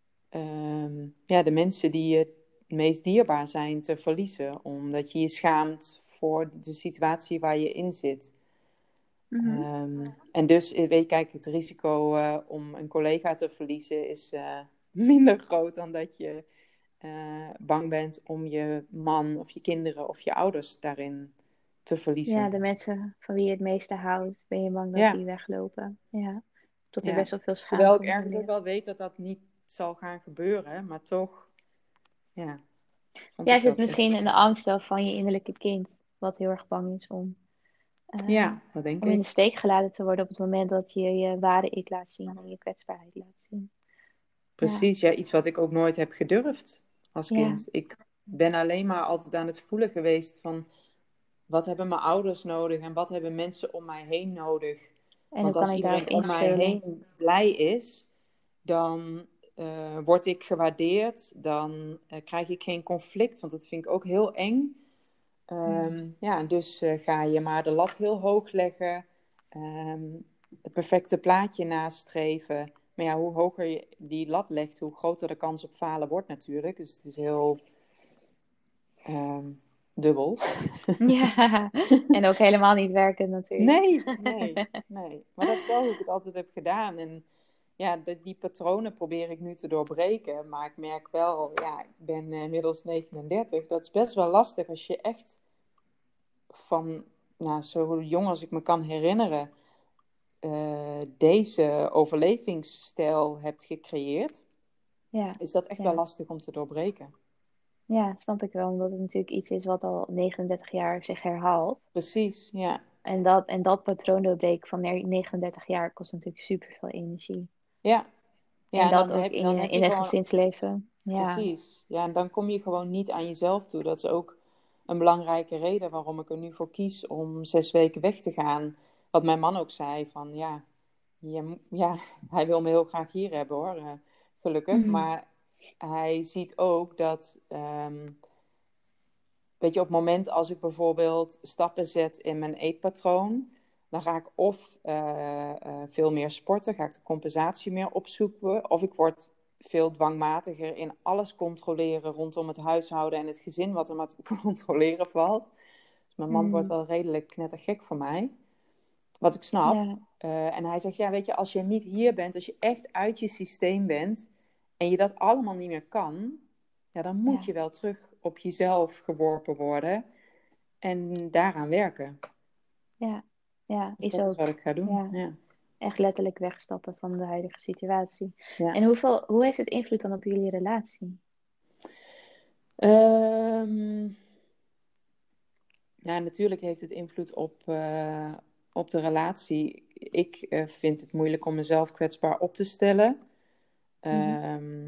S2: de mensen die je het meest dierbaar zijn te verliezen. Omdat je je schaamt voor de situatie waar je in zit.
S1: Mhm.
S2: En dus, weet je, kijk, het risico om een collega te verliezen is minder groot dan dat je bang bent om je man of je kinderen of je ouders daarin te
S1: Ja,
S2: verliezen.
S1: de mensen van wie je het meeste houdt, ben je bang dat
S2: Ja.
S1: die weglopen. Ja, dat er
S2: Ja,
S1: best wel veel
S2: terwijl
S1: schaamte
S2: ik
S1: onder
S2: ergens ook
S1: ligt.
S2: wel weet dat dat niet zal gaan gebeuren, maar toch, ja, vond
S1: Jij
S2: ik
S1: zit
S2: dat
S1: misschien
S2: echt.
S1: in de angst wel van je innerlijke kind, wat heel erg bang is eh,
S2: Ja, dat denk
S1: om in de
S2: ik.
S1: steek gelaten te worden op het moment dat je je ware ik laat zien en je kwetsbaarheid laat zien. Ja,
S2: Precies, ja, iets wat ik ook nooit heb gedurfd als
S1: ja.
S2: kind. Ik ben alleen maar altijd aan het voelen geweest van wat hebben mijn ouders nodig en wat hebben mensen om mij heen nodig.
S1: En hoe
S2: Want
S1: kan
S2: als
S1: ik daarop
S2: iedereen om mij
S1: inspelen?
S2: heen blij is, dan word ik gewaardeerd, dan krijg ik geen conflict, want dat vind ik ook heel eng. Ja, dus ga je maar de lat heel hoog leggen, ehm, het perfecte plaatje nastreven. Maar ja, hoe hoger je die lat legt, hoe groter de kans op falen wordt natuurlijk. Dus het is heel ehm, dubbel.
S1: Ja, en ook helemaal niet werken natuurlijk.
S2: Nee, nee, nee. Maar dat is wel hoe ik het altijd heb gedaan. En ja, die patronen probeer ik nu te doorbreken. Maar ik merk wel, ja, ik ben inmiddels 39. Dat is best wel lastig als je echt van, nou, zo jong als ik me kan herinneren, deze overlevingsstijl hebt gecreëerd,
S1: Ja,
S2: is dat echt wel
S1: ja,
S2: lastig om te doorbreken.
S1: ja, snap ik wel, omdat het natuurlijk iets is wat al 39 jaar zich herhaalt.
S2: Precies, ja.
S1: En dat patroon doorbreken van 39 jaar kost natuurlijk super veel energie.
S2: Ja, ja
S1: En
S2: en
S1: dat
S2: dan
S1: ook
S2: heb, dan heb je
S1: in een
S2: gewoon,
S1: gezinsleven. Ja.
S2: precies. Ja, en dan kom je gewoon niet aan jezelf toe. Dat is ook een belangrijke reden waarom ik er nu voor kies om 6 weken weg te gaan. Wat mijn man ook zei, van ja, ja, hij wil me heel graag hier hebben hoor, gelukkig.
S1: Mhm.
S2: Maar hij ziet ook dat, weet je, op het moment als ik bijvoorbeeld stappen zet in mijn eetpatroon, dan ga ik of veel meer sporten, ga ik de compensatie meer opzoeken, of ik word veel dwangmatiger in alles controleren rondom het huishouden en het gezin wat er maar te controleren valt. Dus mijn man wordt
S1: Mhm.
S2: wel redelijk knettergek voor mij, wat ik snap.
S1: Ja,
S2: En hij zegt, ja, weet je, als je niet hier bent, als je echt uit je systeem bent en je dat allemaal niet meer kan, ja, dan moet
S1: ja,
S2: je wel terug op jezelf geworpen worden en daaraan werken.
S1: ja, ja,
S2: Dus
S1: is
S2: dat is wat
S1: ook.
S2: ik ga doen.
S1: Ja,
S2: Ja.
S1: echt letterlijk wegstappen van de huidige situatie.
S2: Ja.
S1: En hoe heeft het invloed dan op jullie relatie?
S2: Ehm, ja, natuurlijk heeft het invloed op de relatie. Ik vind het moeilijk om mezelf kwetsbaar op te stellen.
S1: Mhm.
S2: Ehm,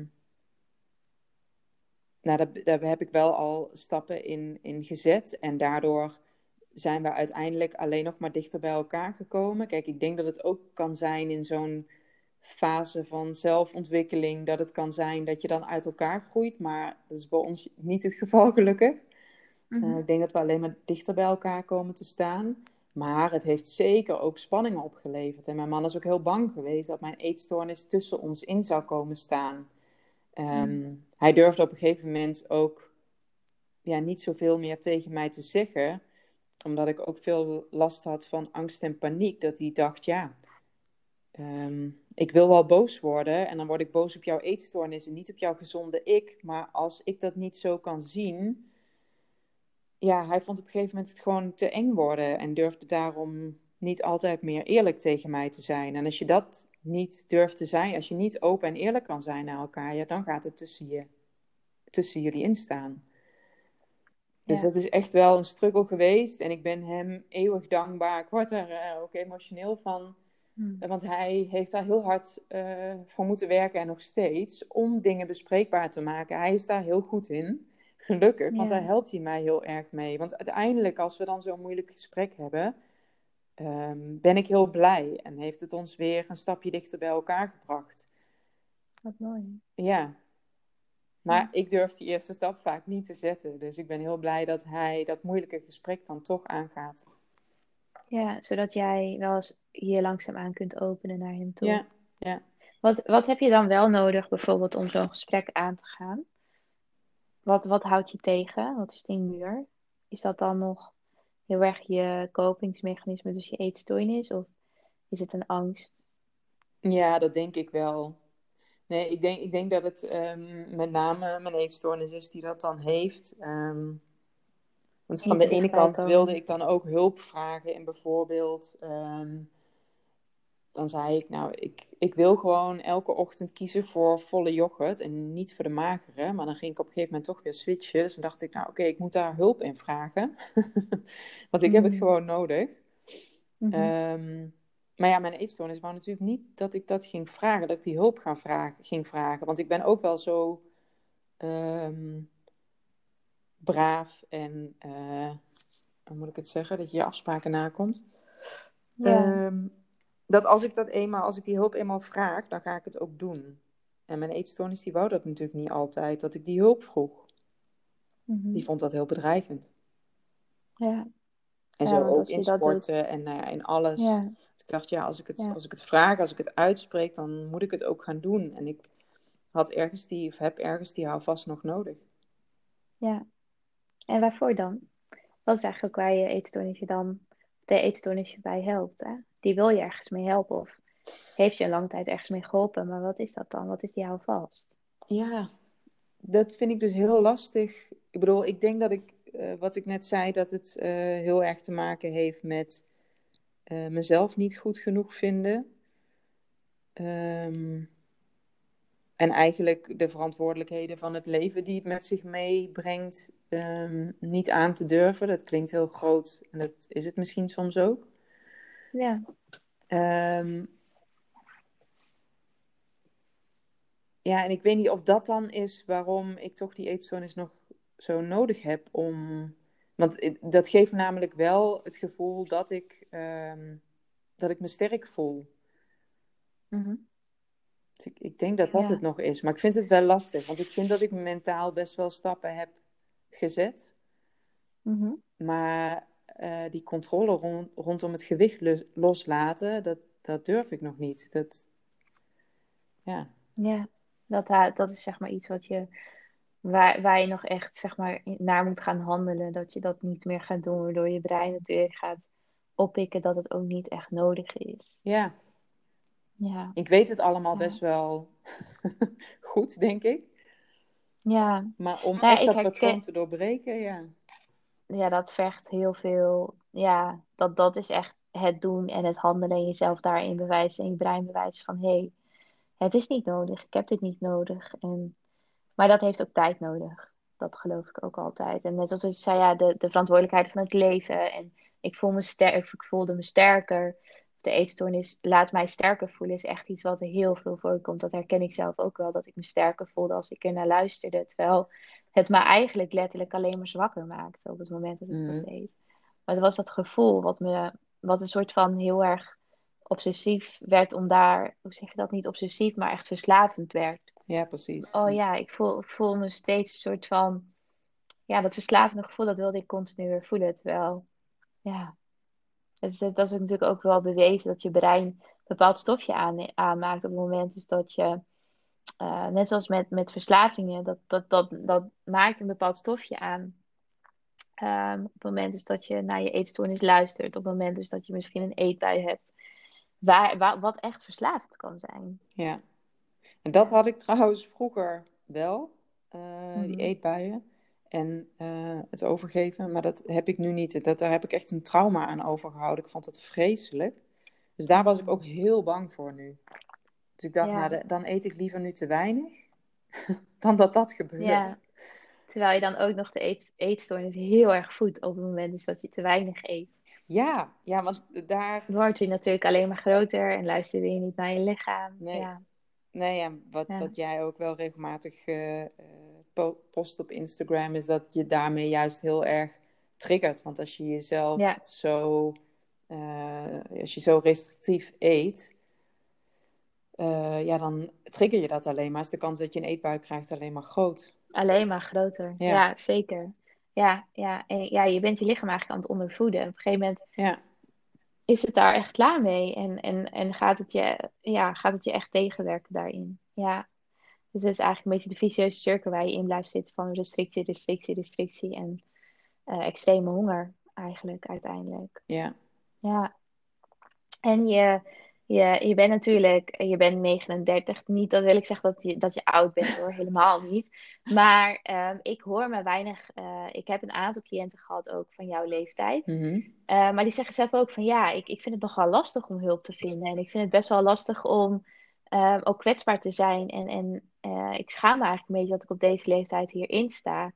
S2: nou, daar heb ik wel al stappen in gezet. En daardoor zijn we uiteindelijk alleen nog maar dichter bij elkaar gekomen. Kijk, ik denk dat het ook kan zijn in zo'n fase van zelfontwikkeling, dat het kan zijn dat je dan uit elkaar groeit. Maar dat is bij ons niet het geval, gelukkig.
S1: Mhm.
S2: Ik denk dat we alleen maar dichter bij elkaar komen te staan. Maar het heeft zeker ook spanningen opgeleverd. En mijn man is ook heel bang geweest dat mijn eetstoornis tussen ons in zou komen staan.
S1: Mm.
S2: Hij durfde op een gegeven moment ook niet zoveel meer tegen mij te zeggen. Omdat ik ook veel last had van angst en paniek. Dat hij dacht, ik wil wel boos worden. En dan word ik boos op jouw eetstoornis en niet op jouw gezonde ik. Maar als ik dat niet zo kan zien, ja, hij vond op een gegeven moment het gewoon te eng worden en durfde daarom niet altijd meer eerlijk tegen mij te zijn. En als je dat niet durft te zijn, als je niet open en eerlijk kan zijn naar elkaar, ja, dan gaat het tussen jullie instaan. Dus
S1: Ja.
S2: dat is echt wel een struggle geweest en ik ben hem eeuwig dankbaar. Ik word er ook emotioneel van,
S1: Mm.
S2: want hij heeft daar heel hard voor moeten werken en nog steeds om dingen bespreekbaar te maken. Hij is daar heel goed in. Gelukkig, want daar
S1: Ja,
S2: helpt hij mij heel erg mee. Want uiteindelijk, als we dan zo'n moeilijk gesprek hebben, ben ik heel blij. En heeft het ons weer een stapje dichter bij elkaar gebracht.
S1: wat mooi.
S2: Ja, maar
S1: Ja.
S2: ik durf die eerste stap vaak niet te zetten. Dus ik ben heel blij dat hij dat moeilijke gesprek dan toch aangaat.
S1: Ja, zodat jij wel eens je langzaamaan kunt openen naar hem toe.
S2: Ja, ja.
S1: Wat heb je dan wel nodig, bijvoorbeeld, om zo'n gesprek aan te gaan? Wat houdt je tegen? Wat is die muur? Is dat dan nog heel erg je kopingsmechanisme, dus je eetstoornis? Of is het een angst?
S2: Ja, dat denk ik wel. Nee, ik denk dat het met name mijn eetstoornis is die dat dan heeft. Want van
S1: Niet
S2: de
S1: te
S2: ene
S1: dichtbij
S2: kant wilde
S1: komen.
S2: ik dan ook hulp vragen in bijvoorbeeld. Dan zei ik, nou, ik wil gewoon elke ochtend kiezen voor volle yoghurt en niet voor de magere. Maar dan ging ik op een gegeven moment toch weer switchen. Dus dan dacht ik, nou oké, ik moet daar hulp in vragen. Want ik heb het
S1: Mm.
S2: gewoon nodig.
S1: Mhm.
S2: Ehm, maar ja, mijn eetstoornis wou natuurlijk niet dat ik dat ging vragen, dat ik die hulp ging vragen. Want ik ben ook wel zo ehm, braaf en, hoe moet ik het zeggen, dat je je afspraken nakomt.
S1: Ja.
S2: Ehm, dat als ik die hulp eenmaal vraag, dan ga ik het ook doen. En mijn eetstoornis, die wou dat natuurlijk niet altijd, dat ik die hulp vroeg. Die
S1: Mhm.
S2: vond dat heel bedreigend.
S1: Ja.
S2: En
S1: Ja,
S2: zo
S1: want
S2: ook
S1: als
S2: in
S1: je dat doet.
S2: sporten en nou ja, in alles.
S1: Ja.
S2: Ik dacht, ja,
S1: Ja.
S2: als ik het vraag, als ik het uitspreek, dan moet ik het ook gaan doen. En ik heb ergens die houvast nog nodig.
S1: Ja. En waarvoor dan? Wat is eigenlijk waar je eetstoornis je dan, de eetstoornis je bij helpt, hè? Die wil je ergens mee helpen of heeft je een lange tijd ergens mee geholpen, maar wat is dat dan? Wat is die houvast?
S2: Ja, dat vind ik dus heel lastig. Ik bedoel, ik denk dat wat ik net zei, dat het heel erg te maken heeft met mezelf niet goed genoeg vinden. Ehm, en eigenlijk de verantwoordelijkheden van het leven die het met zich meebrengt, niet aan te durven. Dat klinkt heel groot en dat is het misschien soms ook.
S1: Ja.
S2: Ehm, ja, en ik weet niet of dat dan is waarom ik toch die eetstoornis nog zo nodig heb om. Want dat geeft namelijk wel het gevoel dat ik me sterk voel.
S1: Mhm.
S2: Dus ik denk dat dat het
S1: Ja.
S2: nog is. Maar ik vind het wel lastig, want ik vind dat ik mentaal best wel stappen heb gezet.
S1: Mhm.
S2: Maar die controle rondom het gewicht loslaten, dat durf ik nog niet. Ja.
S1: Ja. Dat is zeg maar iets wat je, waar je nog echt zeg maar naar moet gaan handelen. Dat je dat niet meer gaat doen, waardoor je brein natuurlijk gaat oppikken dat het ook niet echt nodig is.
S2: Ja,
S1: Ja.
S2: ik weet het allemaal best
S1: Ja.
S2: wel goed, denk ik.
S1: Ja.
S2: Maar om
S1: Nou ja,
S2: echt
S1: ik
S2: dat patroon
S1: herken,
S2: te doorbreken, ja.
S1: ja, dat vergt heel veel. Ja, dat is echt het doen en het handelen en jezelf daarin bewijzen en je brein bewijzen van hé, het is niet nodig, ik heb dit niet nodig. Maar dat heeft ook tijd nodig. Dat geloof ik ook altijd. En net zoals je zei, ja, de verantwoordelijkheid van het leven. En ik voel me sterk, ik voelde me sterker. De eetstoornis laat mij sterker voelen, is echt iets wat er heel veel voorkomt. Dat herken ik zelf ook wel, dat ik me sterker voelde als ik er naar luisterde. Terwijl het me eigenlijk letterlijk alleen maar zwakker maakte op het moment dat ik dat
S2: Mhm.
S1: deed. Maar het was dat gevoel wat een soort van heel erg obsessief werd om daar, hoe zeg je dat, niet obsessief, maar echt verslavend werd.
S2: Ja, precies.
S1: Oh ja, ik voel me steeds een soort van dat verslavende gevoel, dat wilde ik continu weer voelen. Terwijl, ja, dat is natuurlijk ook wel bewezen dat je brein een bepaald stofje aanmaakt op het moment dus dat je, net zoals met verslavingen, dat maakt een bepaald stofje aan. Op het moment dus dat je naar je eetstoornis luistert, op het moment dus dat je misschien een eetbui hebt, wat echt verslavend kan zijn.
S2: Ja. En dat
S1: Ja.
S2: had ik trouwens vroeger wel, die
S1: Mhm.
S2: eetbuien en het overgeven. Maar dat heb ik nu niet. Daar heb ik echt een trauma aan overgehouden. Ik vond het vreselijk. Dus daar was ik ook
S1: Mm.
S2: heel bang voor nu. Dus ik dacht,
S1: Ja,
S2: dan eet ik liever nu te weinig dan dat dat gebeurt.
S1: ja. Terwijl je dan ook nog de eetstoornis heel erg voedt op het moment dus dat je te weinig eet.
S2: Ja, ja, want daar...
S1: Dan word je natuurlijk alleen maar groter en luister je niet naar je lichaam.
S2: Nee,
S1: Ja,
S2: nee, ja,
S1: ja,
S2: wat jij ook wel regelmatig post op Instagram, is dat je daarmee juist heel erg triggert. Want als je jezelf
S1: ja,
S2: zo, als je zo restrictief eet, ja, dan trigger je dat alleen maar. Is de kans dat je een eetbui krijgt alleen maar groot.
S1: alleen maar groter.
S2: Ja,
S1: Ja, zeker. Ja, ja. En ja, je bent je lichaam eigenlijk aan het ondervoeden. Op een gegeven moment
S2: ja,
S1: is het daar echt klaar mee en gaat het je echt tegenwerken daarin. Ja, dus het is eigenlijk een beetje de vicieuze cirkel waar je in blijft zitten van restrictie, restrictie, restrictie en extreme honger eigenlijk uiteindelijk.
S2: ja.
S1: Ja, en je bent natuurlijk, je bent 39. Niet, dat wil ik zeggen dat je oud bent hoor, helemaal niet. Maar ik hoor maar weinig. Ik heb een aantal cliënten gehad ook van jouw leeftijd.
S2: Mhm.
S1: Maar die zeggen zelf ook van ja, ik vind het nogal lastig om hulp te vinden. En ik vind het best wel lastig om ook kwetsbaar te zijn. En ik schaam me eigenlijk een beetje dat ik op deze leeftijd hierin sta.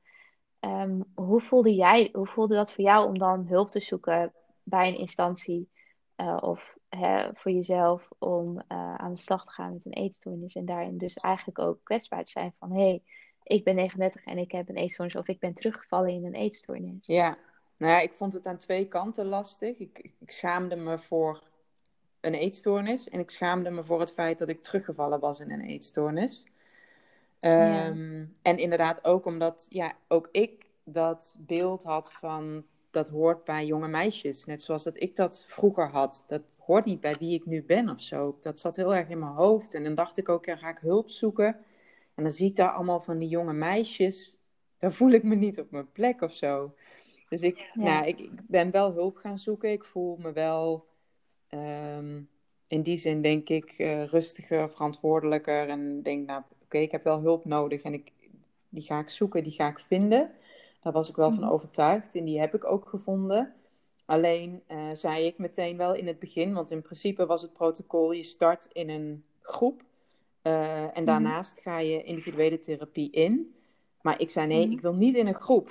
S1: Hoe voelde dat voor jou om dan hulp te zoeken bij een instantie of voor jezelf om aan de slag te gaan met een eetstoornis en daarin dus eigenlijk ook kwetsbaar te zijn van hé, ik ben 39 en ik heb een eetstoornis of ik ben teruggevallen in een eetstoornis.
S2: Ja, nou ja, ik vond het aan twee kanten lastig. Ik schaamde me voor een eetstoornis en ik schaamde me voor het feit dat ik teruggevallen was in een eetstoornis.
S1: Ja,
S2: En inderdaad ook omdat ja, ook ik dat beeld had van dat hoort bij jonge meisjes. Net zoals dat ik dat vroeger had. Dat hoort niet bij wie ik nu ben of zo. Dat zat heel erg in mijn hoofd. En dan dacht ik ook, ja, ga ik hulp zoeken. En dan zie ik daar allemaal van die jonge meisjes. Daar voel ik me niet op mijn plek of zo. Dus
S1: ja,
S2: ik ben wel hulp gaan zoeken. Ik voel me wel in die zin denk ik rustiger, verantwoordelijker. En denk, nou oké, ik heb wel hulp nodig en die ga ik zoeken, die ga ik vinden. Daar was ik wel van
S1: mhm,
S2: overtuigd en die heb ik ook gevonden. Alleen zei ik meteen wel in het begin, want in principe was het protocol, je start in een groep en
S1: mhm,
S2: daarnaast ga je individuele therapie in. Maar ik zei nee,
S1: mhm,
S2: ik wil niet in een groep.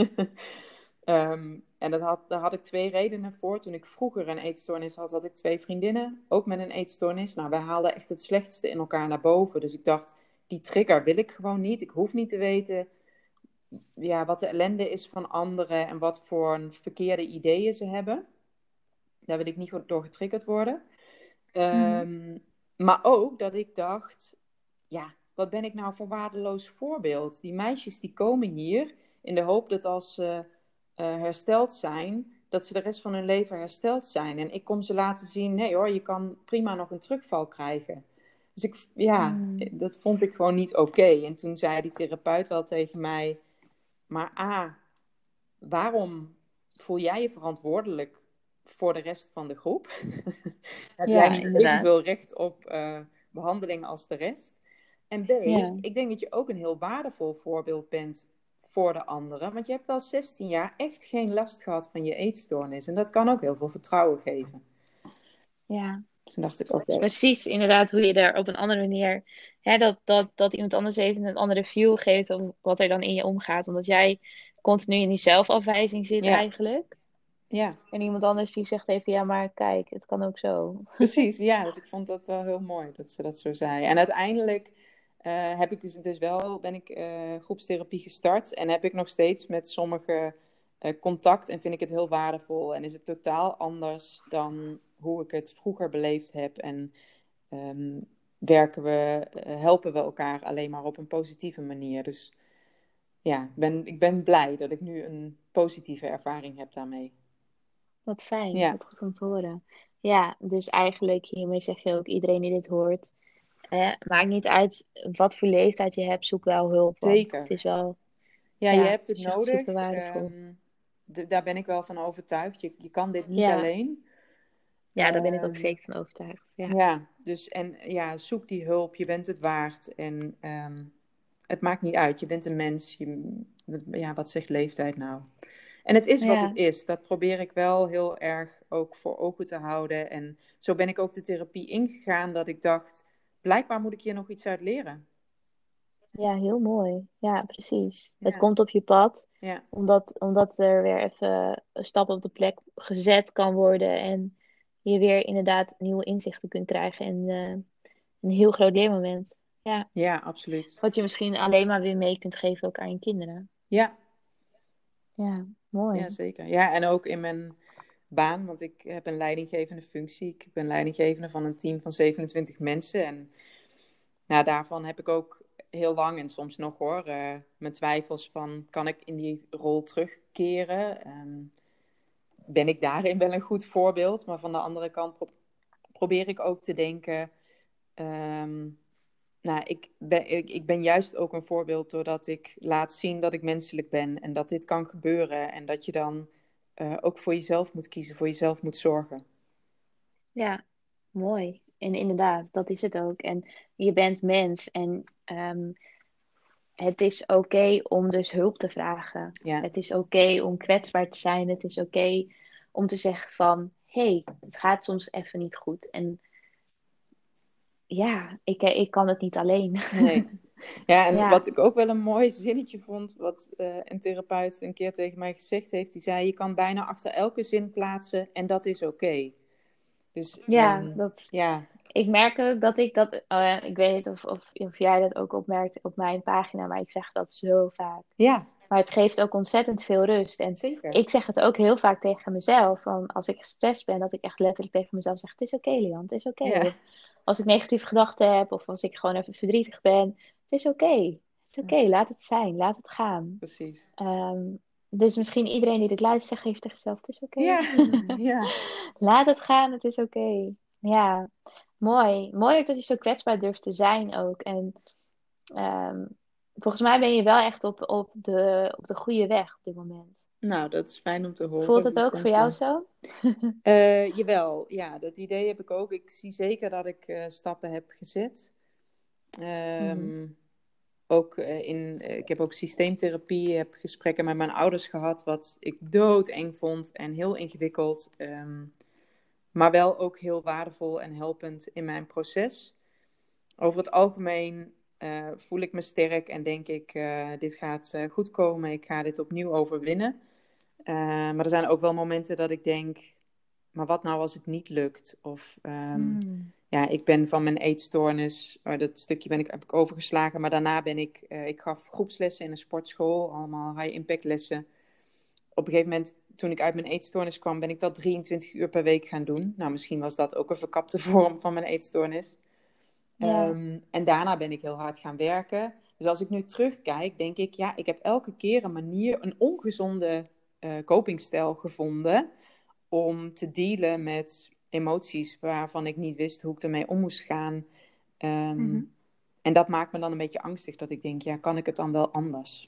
S2: En daar had ik twee redenen voor. Toen ik vroeger een eetstoornis had, had ik twee vriendinnen, ook met een eetstoornis. Nou, wij haalden echt het slechtste in elkaar naar boven. Dus ik dacht, die trigger wil ik gewoon niet. Ik hoef niet te weten ja, wat de ellende is van anderen en wat voor een verkeerde ideeën ze hebben. Daar wil ik niet door getriggerd worden.
S1: mhm,
S2: Maar ook dat ik dacht, ja, wat ben ik nou voor waardeloos voorbeeld? Die meisjes die komen hier in de hoop dat als ze hersteld zijn, dat ze de rest van hun leven hersteld zijn. En ik kom ze laten zien, nee hoor, je kan prima nog een terugval krijgen. Dus ja,
S1: mhm.
S2: dat vond ik gewoon niet oké. En toen zei die therapeut wel tegen mij, maar waarom voel jij je verantwoordelijk voor de rest van de groep? Heb jij
S1: Ja,
S2: niet
S1: inderdaad.
S2: evenveel recht op behandeling als de rest? En B,
S1: Ja,
S2: ik denk dat je ook een heel waardevol voorbeeld bent voor de anderen. Want je hebt wel 16 jaar echt geen last gehad van je eetstoornis. En dat kan ook heel veel vertrouwen geven.
S1: ja.
S2: Dus toen dacht ik,
S1: Het is
S2: oké.
S1: precies inderdaad hoe je er op een andere manier, hè, dat iemand anders even een andere view geeft op wat er dan in je omgaat. Omdat jij continu in die zelfafwijzing zit
S2: Ja,
S1: eigenlijk.
S2: ja,
S1: En iemand anders die zegt even, ja, maar kijk, het kan ook zo.
S2: precies. Ja, dus ik vond dat wel heel mooi dat ze dat zo zei. En uiteindelijk heb ik ben ik groepstherapie gestart. En heb ik nog steeds met sommigen contact. En vind ik het heel waardevol. En is het totaal anders dan hoe ik het vroeger beleefd heb. En helpen we elkaar alleen maar op een positieve manier. Dus ja, ik ben blij dat ik nu een positieve ervaring heb daarmee.
S1: Wat fijn,
S2: Ja,
S1: wat goed om te horen. Ja, dus eigenlijk hiermee zeg je ook iedereen die dit hoort. Maakt niet uit wat voor leeftijd je hebt, zoek wel hulp. Want het
S2: zeker.
S1: is wel,
S2: Ja, je
S1: ja,
S2: hebt
S1: het
S2: het
S1: is echt
S2: nodig.
S1: super waardevol.
S2: Daar ben ik wel van overtuigd. Je kan dit niet
S1: Ja,
S2: alleen.
S1: ja, daar ben ik ook
S2: Ehm,
S1: zeker van overtuigd. Ja,
S2: ja, dus en ja, zoek die hulp. Je bent het waard. En het maakt niet uit. Je bent een mens. Ja, wat zegt leeftijd nou? En het is wat het
S1: ja,
S2: is. Dat probeer ik wel heel erg ook voor ogen te houden. En zo ben ik ook de therapie ingegaan dat ik dacht, blijkbaar moet ik hier nog iets uit leren.
S1: ja, heel mooi. Ja, precies. Het
S2: Ja,
S1: komt op je pad,
S2: ja,
S1: omdat er weer even een stap op de plek gezet kan worden. En je weer inderdaad nieuwe inzichten kunt krijgen. En een heel groot leermoment. Ja,
S2: ja, absoluut.
S1: wat je misschien alleen maar weer mee kunt geven ook aan je kinderen.
S2: Ja,
S1: Ja,
S2: ja,
S1: mooi.
S2: zeker. Ja, en ook in mijn baan, want ik heb een leidinggevende functie. Ik ben leidinggevende van een team van 27 mensen. En nou, daarvan heb ik ook heel lang en soms nog hoor, mijn twijfels van, kan ik in die rol terugkeren? Ben ik daarin wel een goed voorbeeld? Maar van de andere kant probeer ik ook te denken, ehm, nou, ik ben juist ook een voorbeeld doordat ik laat zien dat ik menselijk ben en dat dit kan gebeuren en dat je dan ook voor jezelf moet kiezen, voor jezelf moet zorgen.
S1: Ja, mooi. En inderdaad, dat is het ook. En je bent mens en het is oké om dus hulp te vragen.
S2: Ja,
S1: Het is oké om kwetsbaar te zijn. Het is oké om te zeggen van, hé, het gaat soms even niet goed. En ja, ik kan het niet alleen.
S2: nee. Ja, en
S1: Ja,
S2: wat ik ook wel een mooi zinnetje vond, wat een therapeut een keer tegen mij gezegd heeft, die zei, je kan bijna achter elke zin plaatsen en dat is oké. Dus
S1: ja, dat,
S2: ja,
S1: ik merk ook dat ik dat, ik weet niet of jij dat ook opmerkt op mijn pagina, maar ik zeg dat zo vaak.
S2: ja,
S1: Maar het geeft ook ontzettend veel rust. En
S2: zeker.
S1: ik zeg het ook heel vaak tegen mezelf. Van als ik gestrest ben, dat ik echt letterlijk tegen mezelf zeg: het is oké, Lian, het is oké.
S2: Ja,
S1: Of als ik negatieve gedachten heb, of als ik gewoon even verdrietig ben, het is oké. Het is oké, laat het zijn, laat het gaan.
S2: precies.
S1: Ehm, dus misschien iedereen die dit luistert, zegt even tegen zichzelf: het is oké.
S2: Ja, ja.
S1: Laat het gaan, het is oké. Ja, mooi. Mooi ook dat je zo kwetsbaar durft te zijn ook. En Ehm, volgens mij ben je wel echt op de goede weg op dit moment.
S2: Nou, dat is fijn om te
S1: Voelt
S2: horen.
S1: het ook
S2: Dank
S1: voor jou
S2: je.
S1: zo?
S2: Jawel, ja, dat idee heb ik ook. Ik zie zeker dat ik stappen heb gezet.
S1: Mhm.
S2: Ehm, ook ik heb ook systeemtherapie, heb gesprekken met mijn ouders gehad, wat ik doodeng vond en heel ingewikkeld. Maar wel ook heel waardevol en helpend in mijn proces. Over het algemeen voel ik me sterk en denk ik, dit gaat goed komen, ik ga dit opnieuw overwinnen. Maar er zijn ook wel momenten dat ik denk, maar wat nou als het niet lukt? Of
S1: Mm.
S2: ja, ik ben van mijn eetstoornis, dat stukje heb ik overgeslagen, maar daarna ik gaf groepslessen in een sportschool, allemaal high-impact lessen. Op een gegeven moment, toen ik uit mijn eetstoornis kwam, ben ik dat 23 uur per week gaan doen. Nou, misschien was dat ook een verkapte vorm van mijn eetstoornis.
S1: Ja,
S2: En daarna ben ik heel hard gaan werken. Dus als ik nu terugkijk, denk ik, ja, ik heb elke keer een manier, een ongezonde copingstijl gevonden om te dealen met emoties waarvan ik niet wist hoe ik ermee om moest gaan. Ehm,
S1: mhm.
S2: en dat maakt me dan een beetje angstig, dat ik denk, ja, kan ik het dan wel anders?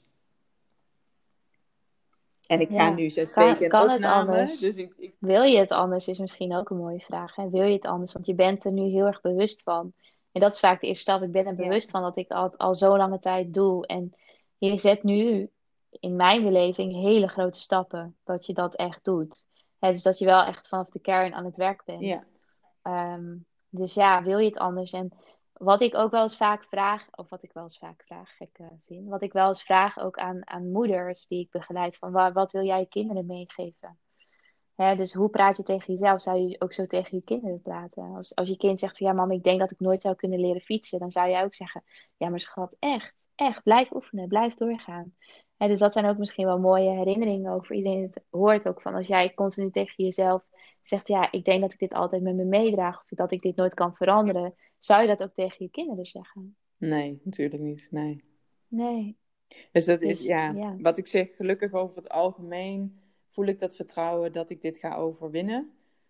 S2: En ik ga
S1: Ja.
S2: nu 6 weken in
S1: Kan het
S2: opname,
S1: anders?
S2: dus
S1: Wil je het anders is misschien ook een mooie vraag. Hè? Wil je het anders? Want je bent er nu heel erg bewust van. En dat is vaak de eerste stap. Ik ben er
S2: ja,
S1: bewust van dat ik al zo lange tijd doe. En je zet nu in mijn beleving hele grote stappen. Dat je dat echt doet. Hè, dus dat je wel echt vanaf de kern aan het werk bent.
S2: ja,
S1: Ehm, dus ja, wil je het anders? En wat ik ook wel eens vaak vraag, of wat ik wel eens vaak vraag, gekke zin, wat ik wel eens vraag ook aan moeders die ik begeleid, van wat wil jij je kinderen meegeven? Hè, dus hoe praat je tegen jezelf? Zou je ook zo tegen je kinderen praten? Als je kind zegt van ja, mam, ik denk dat ik nooit zou kunnen leren fietsen, dan zou jij ook zeggen, ja, maar schat, echt, echt, blijf oefenen, blijf doorgaan. Hè, dus dat zijn ook misschien wel mooie herinneringen ook voor iedereen die het hoort ook van als jij continu tegen jezelf zegt, ja, ik denk dat ik dit altijd met me meedraag of dat ik dit nooit kan veranderen, zou je dat ook tegen je kinderen zeggen?
S2: nee, natuurlijk niet, nee.
S1: Nee.
S2: Dus dat
S1: Dus,
S2: is, wat ik zeg, gelukkig over het algemeen voel ik dat vertrouwen dat ik dit ga overwinnen.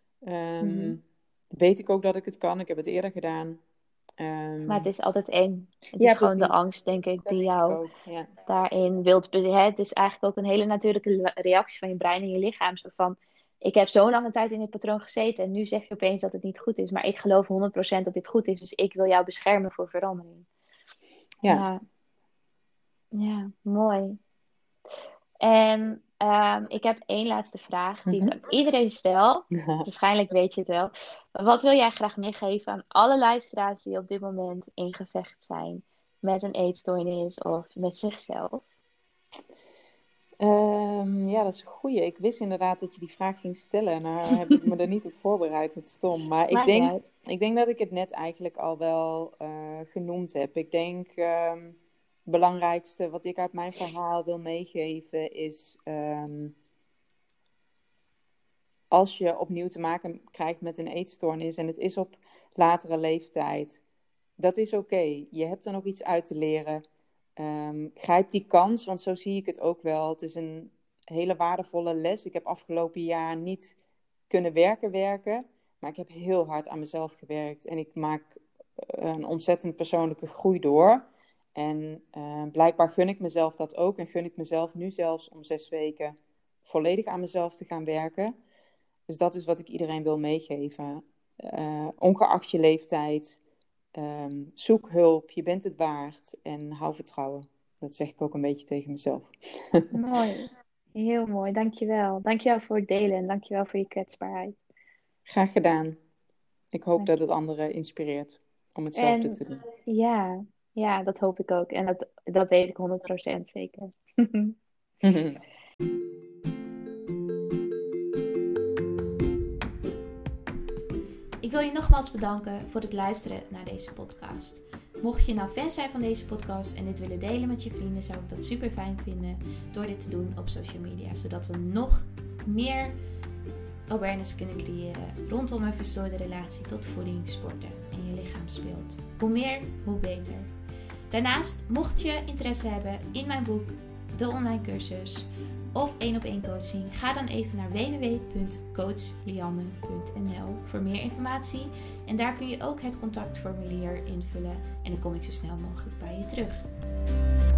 S2: Weet ik ook dat ik het kan. Ik heb het eerder gedaan.
S1: Maar het is altijd eng. Het
S2: Ja,
S1: is gewoon de
S2: precies.
S1: angst, denk ik,
S2: Dat
S1: die
S2: denk ik
S1: jou
S2: ook, ja.
S1: daarin wilt. Het is eigenlijk ook een hele natuurlijke reactie van je brein en je lichaam. Zo van, ik heb zo'n lange tijd in dit patroon gezeten en nu zeg je opeens dat het niet goed is. Maar ik geloof 100% dat dit goed is, dus ik wil jou beschermen voor verandering.
S2: Ja.
S1: Ja, mooi. En ik heb één laatste vraag die ik aan iedereen stel. Waarschijnlijk weet je het wel. Wat wil jij graag meegeven aan alle luisteraars die op dit moment in gevecht zijn met een eetstoornis of met zichzelf?
S2: Ja, dat is een goeie. Ik wist inderdaad dat je die vraag ging stellen. Nou heb ik me er niet op voorbereid, wat stom. Maar ik denk dat ik het net eigenlijk al wel genoemd heb. Ik denk het belangrijkste wat ik uit mijn verhaal wil meegeven is... als je opnieuw te maken krijgt met een eetstoornis en het is op latere leeftijd, dat is oké. Je hebt er nog iets uit te leren. Grijp die kans, want zo zie ik het ook wel. Het is een hele waardevolle les. Ik heb afgelopen jaar niet kunnen werken, maar ik heb heel hard aan mezelf gewerkt en ik maak een ontzettend persoonlijke groei door. En blijkbaar gun ik mezelf dat ook en gun ik mezelf nu zelfs om 6 weken volledig aan mezelf te gaan werken. Dus dat is wat ik iedereen wil meegeven. Ongeacht je leeftijd, zoek hulp, je bent het waard en hou vertrouwen. Dat zeg ik ook een beetje tegen mezelf.
S1: Mooi, heel mooi, dankjewel. Dankjewel voor het delen en dankjewel voor je kwetsbaarheid.
S2: Graag gedaan. Ik hoop dat het anderen inspireert om hetzelfde te doen.
S1: Ja, dat hoop ik ook. En dat weet ik 100% zeker. Ik wil je nogmaals bedanken voor het luisteren naar deze podcast. Mocht je nou fan zijn van deze podcast en dit willen delen met je vrienden, zou ik dat super fijn vinden door dit te doen op social media. Zodat we nog meer awareness kunnen creëren rondom een verstoorde relatie tot voeding, sporten en je lichaamsbeeld. Hoe meer, hoe beter. Daarnaast, mocht je interesse hebben in mijn boek, de online cursus of 1-op-1 coaching, ga dan even naar www.coachlianne.nl voor meer informatie. En daar kun je ook het contactformulier invullen en dan kom ik zo snel mogelijk bij je terug.